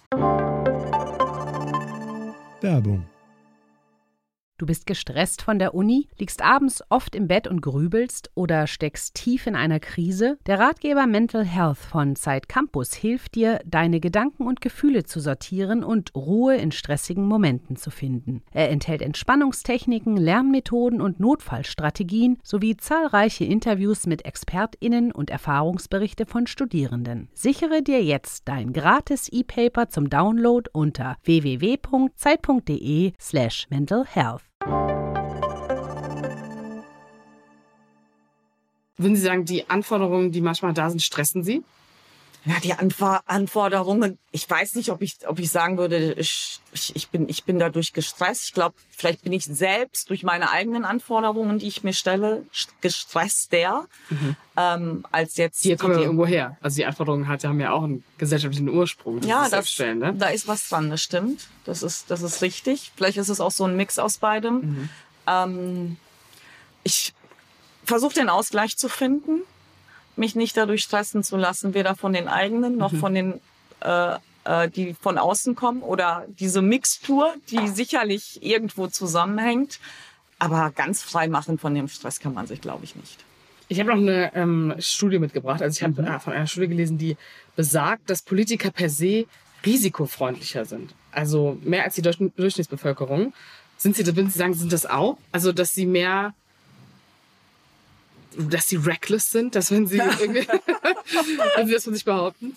Werbung. Du bist gestresst von der Uni, liegst abends oft im Bett und grübelst oder steckst tief in einer Krise? Der Ratgeber Mental Health von Zeit Campus hilft dir, deine Gedanken und Gefühle zu sortieren und Ruhe in stressigen Momenten zu finden. Er enthält Entspannungstechniken, Lernmethoden und Notfallstrategien sowie zahlreiche Interviews mit ExpertInnen und Erfahrungsberichte von Studierenden. Sichere dir jetzt dein gratis E-Paper zum Download unter w w w punkt zeit punkt d e slash mental health. Würden Sie sagen, die Anforderungen, die manchmal da sind, stressen Sie? Ja, die Anfor- Anforderungen, ich weiß nicht, ob ich, ob ich sagen würde, ich, ich, bin, ich bin dadurch gestresst. Ich glaube, vielleicht bin ich selbst durch meine eigenen Anforderungen, die ich mir stelle, gestresster, mhm. ähm, als jetzt. Die kommen ja irgendwo her. Also die Anforderungen hat, haben ja auch einen gesellschaftlichen Ursprung. Ja, das, stellen, ne? Da ist was dran, das stimmt. Das ist, das ist richtig. Vielleicht ist es auch so ein Mix aus beidem. Mhm. Ähm, ich versuche den Ausgleich zu finden, mich nicht dadurch stressen zu lassen, weder von den eigenen noch mhm. von den, äh, äh, die von außen kommen oder diese Mixtur, die sicherlich irgendwo zusammenhängt. Aber ganz frei machen von dem Stress kann man sich, glaube ich, nicht. Ich habe noch eine ähm, Studie mitgebracht. Also ich habe mhm. äh, von einer Studie gelesen, die besagt, dass Politiker per se risikofreundlicher sind. Also mehr als die Durch- Durchschnittsbevölkerung. Sind Sie, würden Sie sagen, sind das auch? Also dass sie mehr... dass sie reckless sind, dass wenn sie irgendwie, wenn sie das von sich behaupten?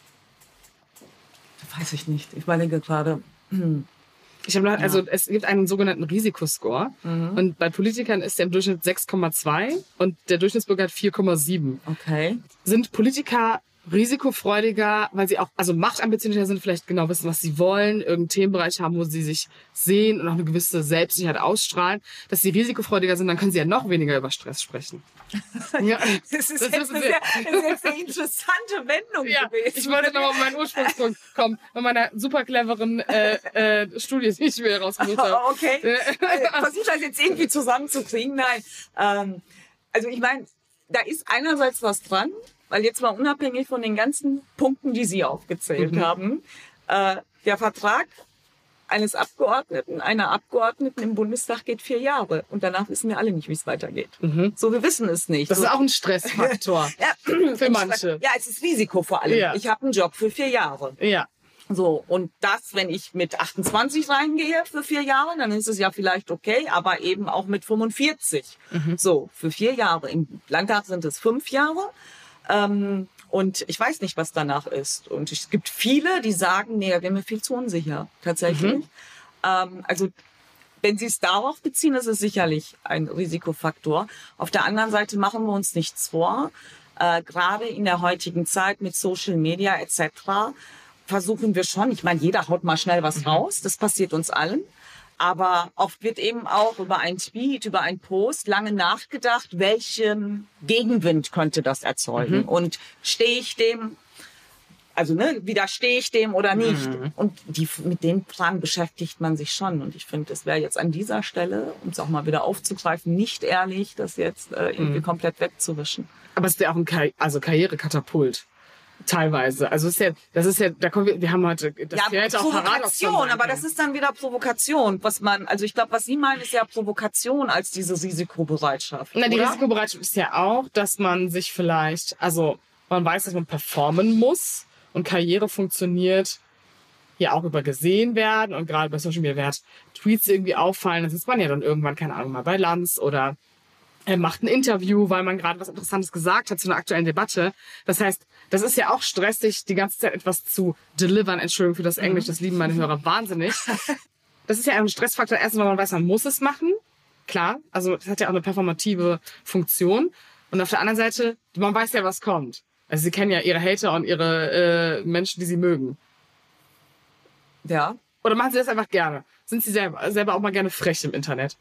Weiß ich nicht. Ich überlege gerade. Ich habe ja. also es gibt einen sogenannten Risikoscore mhm. und bei Politikern ist der im Durchschnitt sechs Komma zwei und der Durchschnittsbürger hat vier Komma sieben. Okay. Sind Politiker risikofreudiger, weil sie auch also machtambitionierter sind, vielleicht genau wissen, was sie wollen, irgendeinen Themenbereich haben, wo sie sich sehen und auch eine gewisse Selbstsicherheit ausstrahlen, dass sie risikofreudiger sind, dann können sie ja noch weniger über Stress sprechen. Ja, das ist, das jetzt, eine sehr, das ist jetzt eine interessante Wendung ja, gewesen. Ich wollte nochmal auf meinen Ursprungspunkt kommen, bei meiner super cleveren äh, äh, Studie, die ich mir rausgesucht habe. Okay, ich versuche das jetzt irgendwie zusammenzukriegen. Nein, ähm, also ich meine, da ist einerseits was dran, weil jetzt mal unabhängig von den ganzen Punkten, die Sie aufgezählt mhm. haben, äh, der Vertrag eines Abgeordneten, einer Abgeordneten im Bundestag geht vier Jahre. Und danach wissen wir alle nicht, wie es weitergeht. Mhm. So, wir wissen es nicht. Das so. ist auch ein Stressfaktor ja, für manche. Ja, es ist Risiko vor allem. Ja. Ich habe einen Job für vier Jahre. Ja. So, und das, wenn ich mit achtundzwanzig reingehe für vier Jahre, dann ist es ja vielleicht okay, aber eben auch mit fünfundvierzig. Mhm. So, für vier Jahre. Im Landtag sind es fünf Jahre. Ähm, und ich weiß nicht, was danach ist. Und es gibt viele, die sagen, nee, da wäre mir viel zu unsicher, tatsächlich. Mhm. Ähm, also, wenn Sie es darauf beziehen, ist es sicherlich ein Risikofaktor. Auf der anderen Seite machen wir uns nichts vor. Äh, gerade in der heutigen Zeit mit Social Media et cetera versuchen wir schon, ich meine, jeder haut mal schnell was raus, das passiert uns allen. Aber oft wird eben auch über einen Tweet, über einen Post lange nachgedacht, welchen Gegenwind könnte das erzeugen. Mhm. Und stehe ich dem, also ne, widerstehe ich dem oder nicht? Mhm. Und die, mit den Fragen beschäftigt man sich schon. Und ich finde, es wäre jetzt an dieser Stelle, um es auch mal wieder aufzugreifen, nicht ehrlich, das jetzt äh, irgendwie mhm. komplett wegzuwischen. Aber es ist ja auch ein Kar- also Karrierekatapult. Teilweise. Also ist ja, das ist ja, da kommen wir, wir haben heute das ja, Theater auch Provokation, aber das ist dann wieder Provokation, was man, also ich glaube, was Sie meinen, ist ja Provokation als diese Risikobereitschaft. Na, die oder? Risikobereitschaft ist ja auch, dass man sich vielleicht, also man weiß, dass man performen muss und Karriere funktioniert ja auch über gesehen werden und gerade bei Social Media werden Tweets irgendwie auffallen, das ist man ja dann irgendwann, keine Ahnung, mal bei Lanz oder er macht ein Interview, weil man gerade was Interessantes gesagt hat zu einer aktuellen Debatte. Das heißt, das ist ja auch stressig, die ganze Zeit etwas zu delivern. Entschuldigung für das Englisch, das lieben meine Hörer wahnsinnig. Das ist ja ein Stressfaktor. Erstens, weil man weiß, man muss es machen. Klar, also das hat ja auch eine performative Funktion. Und auf der anderen Seite, man weiß ja, was kommt. Also Sie kennen ja Ihre Hater und Ihre äh, Menschen, die Sie mögen. Ja. Oder machen Sie das einfach gerne? Sind Sie selber, selber auch mal gerne frech im Internet?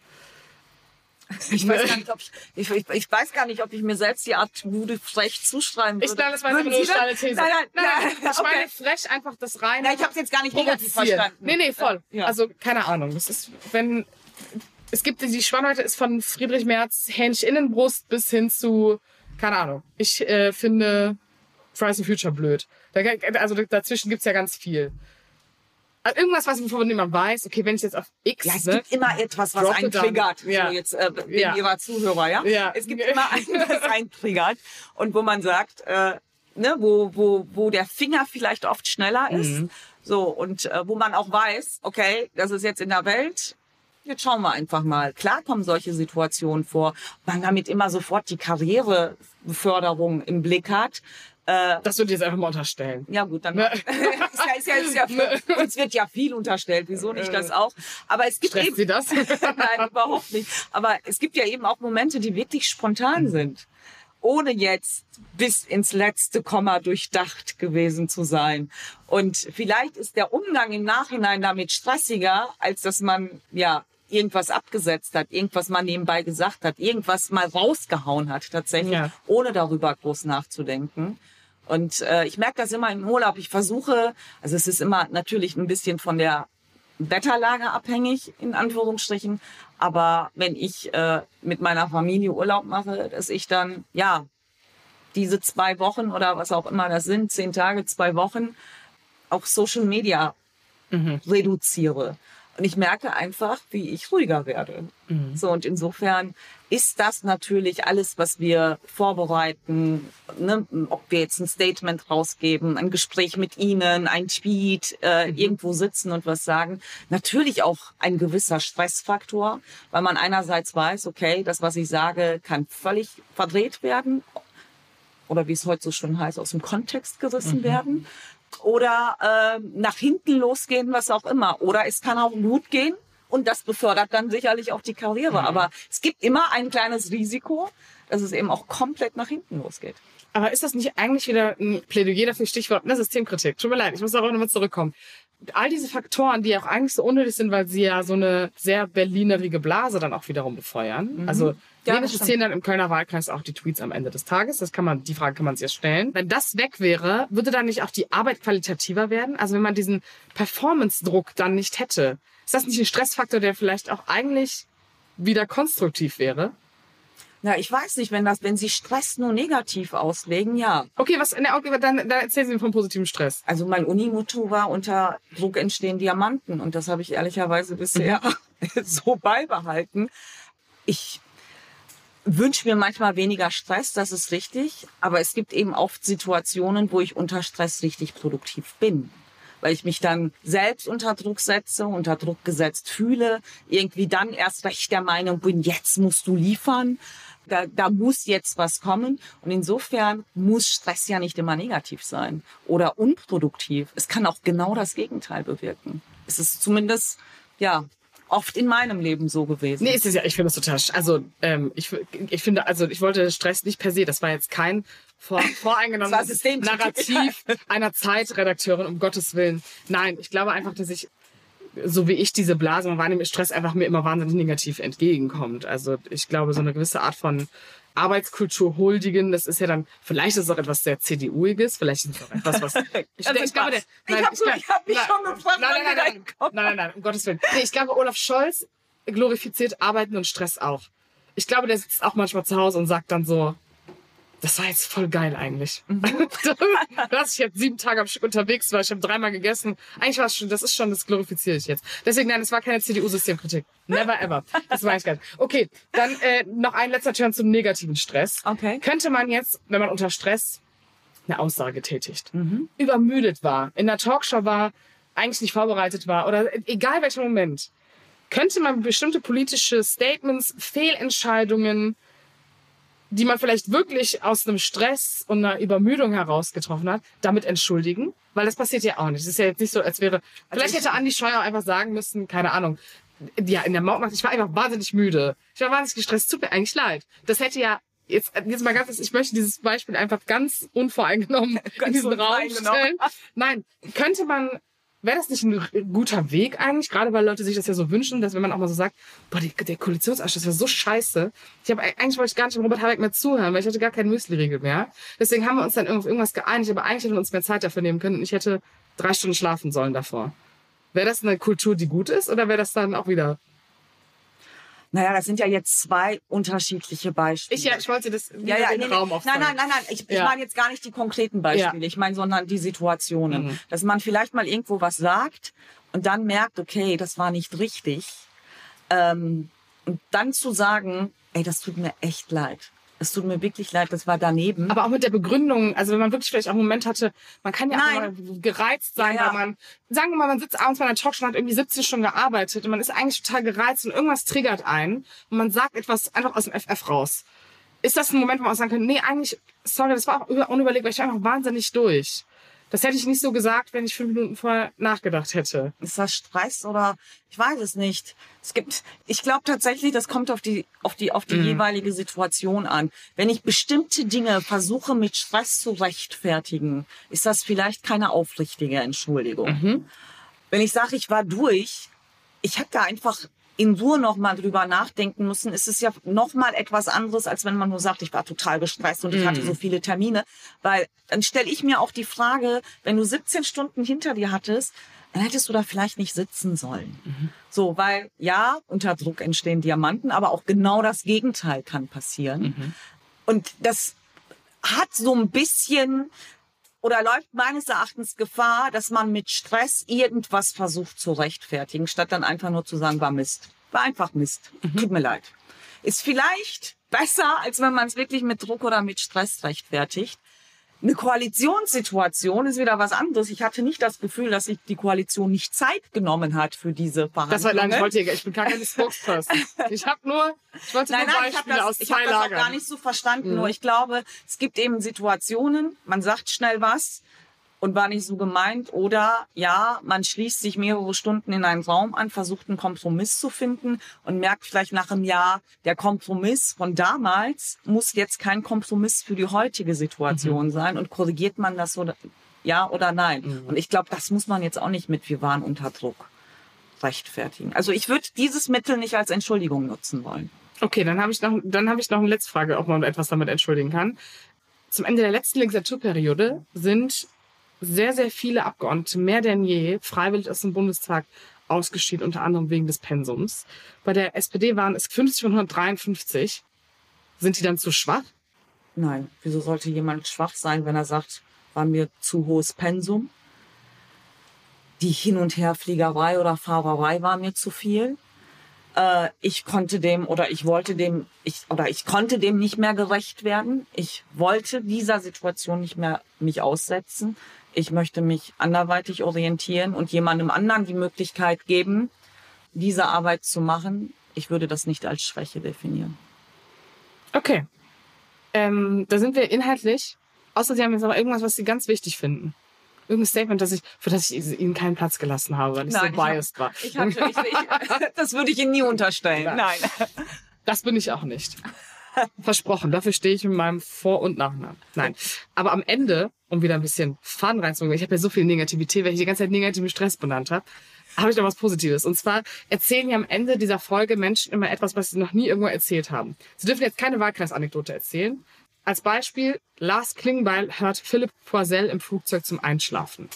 Ich weiß, gar nicht, ob ich, ich, ich, ich weiß gar nicht, ob ich mir selbst die Attribute frech zuschreiben würde. Ich glaube, das war eine steile These. Nein, nein, nein. nein ich meine okay. frech einfach das rein. Nein, ich habe es jetzt gar nicht negativ verstanden. Nee, nee, voll. Ja. Also, keine Ahnung. Das ist, wenn, es gibt, die Spannweite ist von Friedrich Merz, Hähnchen Innenbrust bis hin zu, keine Ahnung. Ich äh, finde Fridays for Future blöd. Da, also dazwischen gibt's ja ganz viel. Also irgendwas, was von dem man weiß, okay, wenn ich jetzt auf X... Ja, es ne, gibt immer etwas, was einen triggert. Ja. So jetzt äh, wegen ja. Ihrer Zuhörer, ja? ja? Es gibt immer etwas, was einen triggert. Und wo man sagt, äh, ne, wo, wo, wo der Finger vielleicht oft schneller ist. Mhm. So, und äh, wo man auch weiß, okay, das ist jetzt in der Welt... Jetzt schauen wir einfach mal. Klar kommen solche Situationen vor. Man damit immer sofort die Karrierebeförderung im Blick hat. Äh, das würde ich jetzt einfach mal unterstellen. Ja gut, dann ist ja, ist ja, ist ja für, uns wird ja viel unterstellt. Wieso nicht das auch? Aber es gibt Stresst eben Sie das? Nein, überhaupt nicht. Aber es gibt ja eben auch Momente, die wirklich spontan sind. ohne jetzt bis ins letzte Komma durchdacht gewesen zu sein. Und vielleicht ist der Umgang im Nachhinein damit stressiger, als dass man ja irgendwas abgesetzt hat, irgendwas mal nebenbei gesagt hat, irgendwas mal rausgehauen hat tatsächlich, ja. ohne darüber groß nachzudenken. Und äh, ich merke das immer im Urlaub. Ich versuche, also es ist immer natürlich ein bisschen von der Wetterlage abhängig, in Anführungsstrichen. Aber wenn ich äh, mit meiner Familie Urlaub mache, dass ich dann, ja, diese zwei Wochen oder was auch immer das sind, zehn Tage, zwei Wochen, auch Social Media mhm. reduziere. Und ich merke einfach, wie ich ruhiger werde. Mhm. So, und insofern ist das natürlich alles, was wir vorbereiten, ne? Ob wir jetzt ein Statement rausgeben, ein Gespräch mit Ihnen, ein Tweet, äh, mhm. irgendwo sitzen und was sagen, natürlich auch ein gewisser Stressfaktor, weil man einerseits weiß, okay, das, was ich sage, kann völlig verdreht werden oder wie es heute so schon heißt, aus dem Kontext gerissen mhm. werden. Oder äh, nach hinten losgehen, was auch immer. Oder es kann auch gut gehen und das befördert dann sicherlich auch die Karriere. Mhm. Aber es gibt immer ein kleines Risiko, dass es eben auch komplett nach hinten losgeht. Aber ist das nicht eigentlich wieder ein Plädoyer dafür, Stichwort ne, Systemkritik? Tut mir leid, ich muss darauf nochmal zurückkommen. All diese Faktoren, die auch eigentlich so unnötig sind, weil sie ja so eine sehr berlinerige Blase dann auch wiederum befeuern. Mhm. Also ja, wenig interessieren dann im Kölner Wahlkreis auch die Tweets am Ende des Tages. Das kann man, die Frage kann man sich ja stellen. Wenn das weg wäre, würde dann nicht auch die Arbeit qualitativer werden? Also wenn man diesen Performance-Druck dann nicht hätte, ist das nicht ein Stressfaktor, der vielleicht auch eigentlich wieder konstruktiv wäre? Na, ich weiß nicht, wenn das, wenn Sie Stress nur negativ auslegen, ja. Okay, was, ne, okay, dann, dann erzählen Sie mir vom positiven Stress. Also mein Unimotto war, unter Druck entstehen Diamanten und das habe ich ehrlicherweise bisher mhm. so beibehalten. Ich wünsche mir manchmal weniger Stress, das ist richtig, aber es gibt eben oft Situationen, wo ich unter Stress richtig produktiv bin. Weil ich mich dann selbst unter Druck setze, unter Druck gesetzt fühle, irgendwie dann erst recht der Meinung bin, jetzt musst du liefern, da, da muss jetzt was kommen. Und insofern muss Stress ja nicht immer negativ sein oder unproduktiv. Es kann auch genau das Gegenteil bewirken. Es ist zumindest, ja, oft in meinem Leben so gewesen. Nee, ist es ja, ich finde das total, also ähm, ich, ich finde, also ich wollte Stress nicht per se, das war jetzt kein vor, voreingenommenes Narrativ einer Zeitredakteurin, um Gottes Willen. Nein, ich glaube einfach, dass ich, so wie ich diese Blase mal wahrnehme, Stress einfach mir immer wahnsinnig negativ entgegenkommt. Also ich glaube, so eine gewisse Art von Arbeitskultur huldigen, das ist ja dann, vielleicht ist es auch etwas sehr C D U-iges, vielleicht ist es auch etwas, was... Ich, also ich glaube, der, nein, ich habe hab mich nein, schon gefragt, nein, nein, nein, nein, nein, nein, nein, um Gottes Willen. Nee, ich glaube, Olaf Scholz glorifiziert Arbeiten und Stress auch. Ich glaube, der sitzt auch manchmal zu Hause und sagt dann so, das war jetzt voll geil eigentlich. Mhm. Dass ich jetzt sieben Tage am Stück unterwegs war, ich habe dreimal gegessen. Eigentlich war es schon, das ist schon, das glorifiziere ich jetzt. Deswegen, nein, es war keine C D U-Systemkritik. Never ever. Das war ich gar nicht. Okay, dann äh, noch ein letzter Turn zum negativen Stress. Okay. Könnte man jetzt, wenn man unter Stress eine Aussage tätigt, mhm. übermüdet war, in der Talkshow war, eigentlich nicht vorbereitet war oder egal welcher Moment, könnte man bestimmte politische Statements, Fehlentscheidungen, die man vielleicht wirklich aus einem Stress und einer Übermüdung heraus getroffen hat, damit entschuldigen? Weil das passiert ja auch nicht. Es ist ja jetzt nicht so, als wäre... Vielleicht hätte Andi Scheuer einfach sagen müssen, keine Ahnung, ja, in der Mautnacht, ich war einfach wahnsinnig müde. Ich war wahnsinnig gestresst, tut mir eigentlich leid. Das hätte ja... Jetzt, jetzt mal ganz, ich möchte dieses Beispiel einfach ganz unvoreingenommen in diesen Raum stellen. Nein, könnte man... Wäre das nicht ein guter Weg eigentlich? Gerade weil Leute sich das ja so wünschen, dass wenn man auch mal so sagt, boah, die, der Koalitionsausschuss war so scheiße. Ich habe eigentlich wollte ich gar nicht dem Robert Habeck mehr zuhören, weil ich hatte gar keinen Müsli-Riegel mehr. Deswegen haben wir uns dann auf irgendwas geeinigt, aber eigentlich hätten wir uns mehr Zeit dafür nehmen können und ich hätte drei Stunden schlafen sollen davor. Wäre das eine Kultur, die gut ist, oder wäre das dann auch wieder... Naja, das sind ja jetzt zwei unterschiedliche Beispiele. Ich, ja, ich wollte das ja, ja, in nee, den Raum nee. aufzeigen. Nein, nein, nein, nein. Ich, ja. ich meine jetzt gar nicht die konkreten Beispiele. Ja. Ich meine, sondern die Situationen. Mhm. Dass man vielleicht mal irgendwo was sagt und dann merkt, okay, das war nicht richtig. Ähm, und dann zu sagen, ey, das tut mir echt leid. Es tut mir wirklich leid, das war daneben. Aber auch mit der Begründung, also wenn man wirklich vielleicht auch einen Moment hatte, man kann ja Nein. auch mal gereizt sein, ja, ja. weil man, sagen wir mal, man sitzt abends bei einer Talkshow und hat irgendwie siebzehn Stunden gearbeitet und man ist eigentlich total gereizt und irgendwas triggert einen und man sagt etwas einfach aus dem F F raus. Ist das ein Moment, wo man auch sagen kann, nee, eigentlich, sorry, das war auch unüberlegt, weil ich war einfach wahnsinnig durch. Das hätte ich nicht so gesagt, wenn ich fünf Minuten vorher nachgedacht hätte. Ist das Stress oder ich weiß es nicht. Es gibt, ich glaube tatsächlich, das kommt auf die, auf die, auf die mhm. jeweilige Situation an. Wenn ich bestimmte Dinge versuche mit Stress zu rechtfertigen, ist das vielleicht keine aufrichtige Entschuldigung. Mhm. Wenn ich sage, ich war durch, ich habe da einfach in Ruhe noch mal drüber nachdenken müssen, ist es ja noch mal etwas anderes, als wenn man nur sagt, ich war total gestresst und ich mm. hatte so viele Termine. Weil dann stelle ich mir auch die Frage, wenn du siebzehn Stunden hinter dir hattest, dann hättest du da vielleicht nicht sitzen sollen. Mhm. So, weil ja, unter Druck entstehen Diamanten, aber auch genau das Gegenteil kann passieren. Mhm. Und das hat so ein bisschen oder läuft meines Erachtens Gefahr, dass man mit Stress irgendwas versucht zu rechtfertigen, statt dann einfach nur zu sagen, war Mist. War einfach Mist. Mhm. Tut mir leid. Ist vielleicht besser, als wenn man es wirklich mit Druck oder mit Stress rechtfertigt. Eine Koalitionssituation ist wieder was anderes. Ich hatte nicht das Gefühl, dass sich die Koalition nicht Zeit genommen hat für diese Verhandlungen. Das war nein, ich wollte, ich bin gar keine Spokesperson. Ich habe nur, ich wollte nein, nur nein, Beispiele ich aus das, zwei ich hab Lagern. Ich habe das auch gar nicht so verstanden. Mhm. Nur ich glaube, es gibt eben Situationen, man sagt schnell was und war nicht so gemeint. Oder ja, man schließt sich mehrere Stunden in einen Raum an, versucht einen Kompromiss zu finden und merkt vielleicht nach einem Jahr, der Kompromiss von damals muss jetzt kein Kompromiss für die heutige Situation mhm. sein. Und korrigiert man das oder ja oder nein? Mhm. Und ich glaube, das muss man jetzt auch nicht mit wir waren unter Druck rechtfertigen. Also ich würde dieses Mittel nicht als Entschuldigung nutzen wollen. Okay, dann habe ich noch, dann habe ich noch eine letzte Frage, ob man etwas damit entschuldigen kann. Zum Ende der letzten Legislaturperiode sind sehr, sehr viele Abgeordnete, mehr denn je, freiwillig aus dem Bundestag ausgeschieden, unter anderem wegen des Pensums. Bei der S P D waren es fünfzig von hundertdreiundfünfzig. Sind die dann zu schwach? Nein. Wieso sollte jemand schwach sein, wenn er sagt, war mir zu hohes Pensum? Die Hin- und Herfliegerei oder Fahrerei war mir zu viel. Äh, ich konnte dem oder ich wollte dem ich oder ich konnte dem nicht mehr gerecht werden. Ich wollte dieser Situation nicht mehr mich aussetzen. Ich möchte mich anderweitig orientieren und jemandem anderen die Möglichkeit geben, diese Arbeit zu machen. Ich würde das nicht als Schwäche definieren. Okay. Ähm, da sind wir inhaltlich. Außer Sie haben jetzt aber irgendwas, was Sie ganz wichtig finden. Irgendein Statement, das ich, für das ich Ihnen keinen Platz gelassen habe, weil ich Nein, so biased ich hab, war. Ich hatte, ich, ich, das würde ich Ihnen nie unterstellen. Nein. Nein. Das bin ich auch nicht. Versprochen. Dafür stehe ich mit meinem Vor- und Nachnamen. Nein. Aber am Ende, um wieder ein bisschen Faden reinzubringen, ich habe ja so viel Negativität, weil ich die ganze Zeit negativen Stress benannt habe, habe ich noch was Positives. Und zwar erzählen ja am Ende dieser Folge Menschen immer etwas, was sie noch nie irgendwo erzählt haben. Sie dürfen jetzt keine Wahlkreisanekdote erzählen. Als Beispiel, Lars Klingbeil hört Philipp Poisel im Flugzeug zum Einschlafen.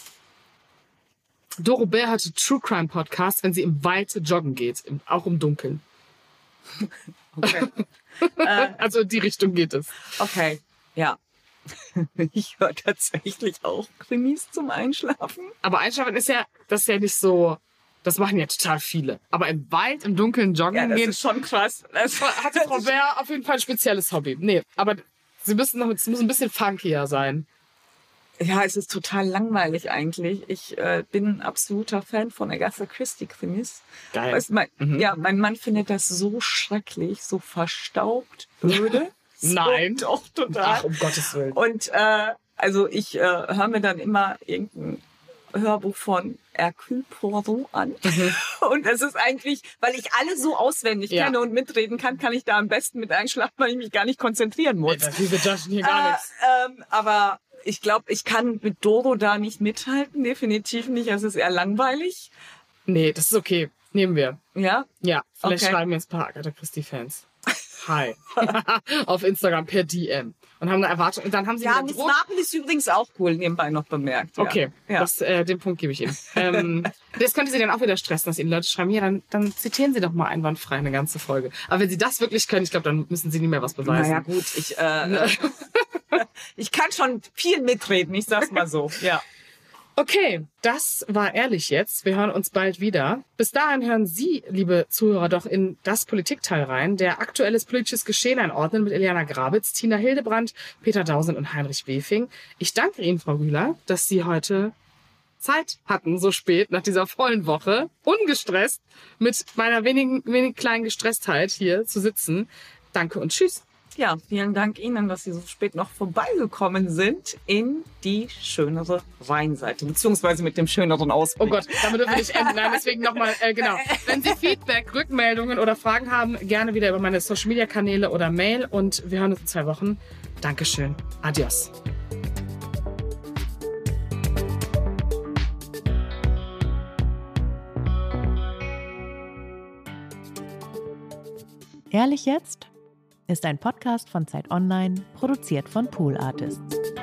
Doro Bär hörte True Crime Podcast, wenn sie im Wald joggen geht, im, auch im Dunkeln. Okay. Also in die Richtung geht es. Okay, ja. Ich höre tatsächlich auch Krimis zum Einschlafen. Aber Einschlafen ist ja, das ist ja nicht so, das machen ja total viele. Aber im Wald, im Dunkeln joggen ja, das gehen. Das ist schon krass. Das hatte Frau Bär auf jeden Fall ein spezielles Hobby. Nee, aber sie müssen noch, es muss ein bisschen funkier sein. Ja, es ist total langweilig eigentlich. Ich äh, bin ein absoluter Fan von Agatha Christie-Krimis. Geil. Weißt, mein, mhm. Ja, mein Mann findet das so schrecklich, so verstaubt, öde. Nein. So, doch, total. Ach, um Gottes Willen. Und äh, also ich äh, höre mir dann immer irgendein Hörbuch von Hercule Poirot an. Mhm. Und das ist eigentlich, weil ich alle so auswendig ja. kenne und mitreden kann, kann ich da am besten mit einschlafen, weil ich mich gar nicht konzentrieren muss. Ja, wir judgen hier gar äh, nichts. Ähm, aber ich glaube, ich kann mit Doro da nicht mithalten. Definitiv nicht. Es ist eher langweilig. Nee, das ist okay. Nehmen wir. Ja? Ja, vielleicht okay. schreiben jetzt ein paar Agatha Christie-Fans. Hi. Auf Instagram per D M. Und haben eine Erwartung. Und dann haben sie ja, Miss Marple ist übrigens auch cool, nebenbei noch bemerkt. Ja. Okay, ja. Das, äh, den Punkt gebe ich Ihnen. ähm, das könnte Sie dann auch wieder stressen, dass Ihnen Leute schreiben, ja, dann, dann zitieren Sie doch mal einwandfrei eine ganze Folge. Aber wenn Sie das wirklich können, ich glaube, dann müssen Sie nie mehr was beweisen. Naja, gut, ich, äh, ich kann schon viel mitreden, ich sag's mal so. Ja. Okay, das war ehrlich jetzt. Wir hören uns bald wieder. Bis dahin hören Sie, liebe Zuhörer, doch in das Politikteil rein, der aktuelles politisches Geschehen einordnet mit Eliana Grabitz, Tina Hildebrandt, Peter Dausend und Heinrich Wefing. Ich danke Ihnen, Frau Rühler, dass Sie heute Zeit hatten, so spät nach dieser vollen Woche, ungestresst, mit meiner wenigen, wenig kleinen Gestresstheit hier zu sitzen. Danke und tschüss. Ja, vielen Dank Ihnen, dass Sie so spät noch vorbeigekommen sind in die schönere Rheinseite, beziehungsweise mit dem schöneren Ausblick. Oh Gott, damit dürfen wir nicht enden. Nein, deswegen nochmal, äh, genau. Wenn Sie Feedback, Rückmeldungen oder Fragen haben, gerne wieder über meine Social-Media-Kanäle oder Mail. Und wir hören uns in zwei Wochen. Dankeschön. Adios. Ehrlich jetzt? Ist ein Podcast von Zeit Online, produziert von Pool Artists.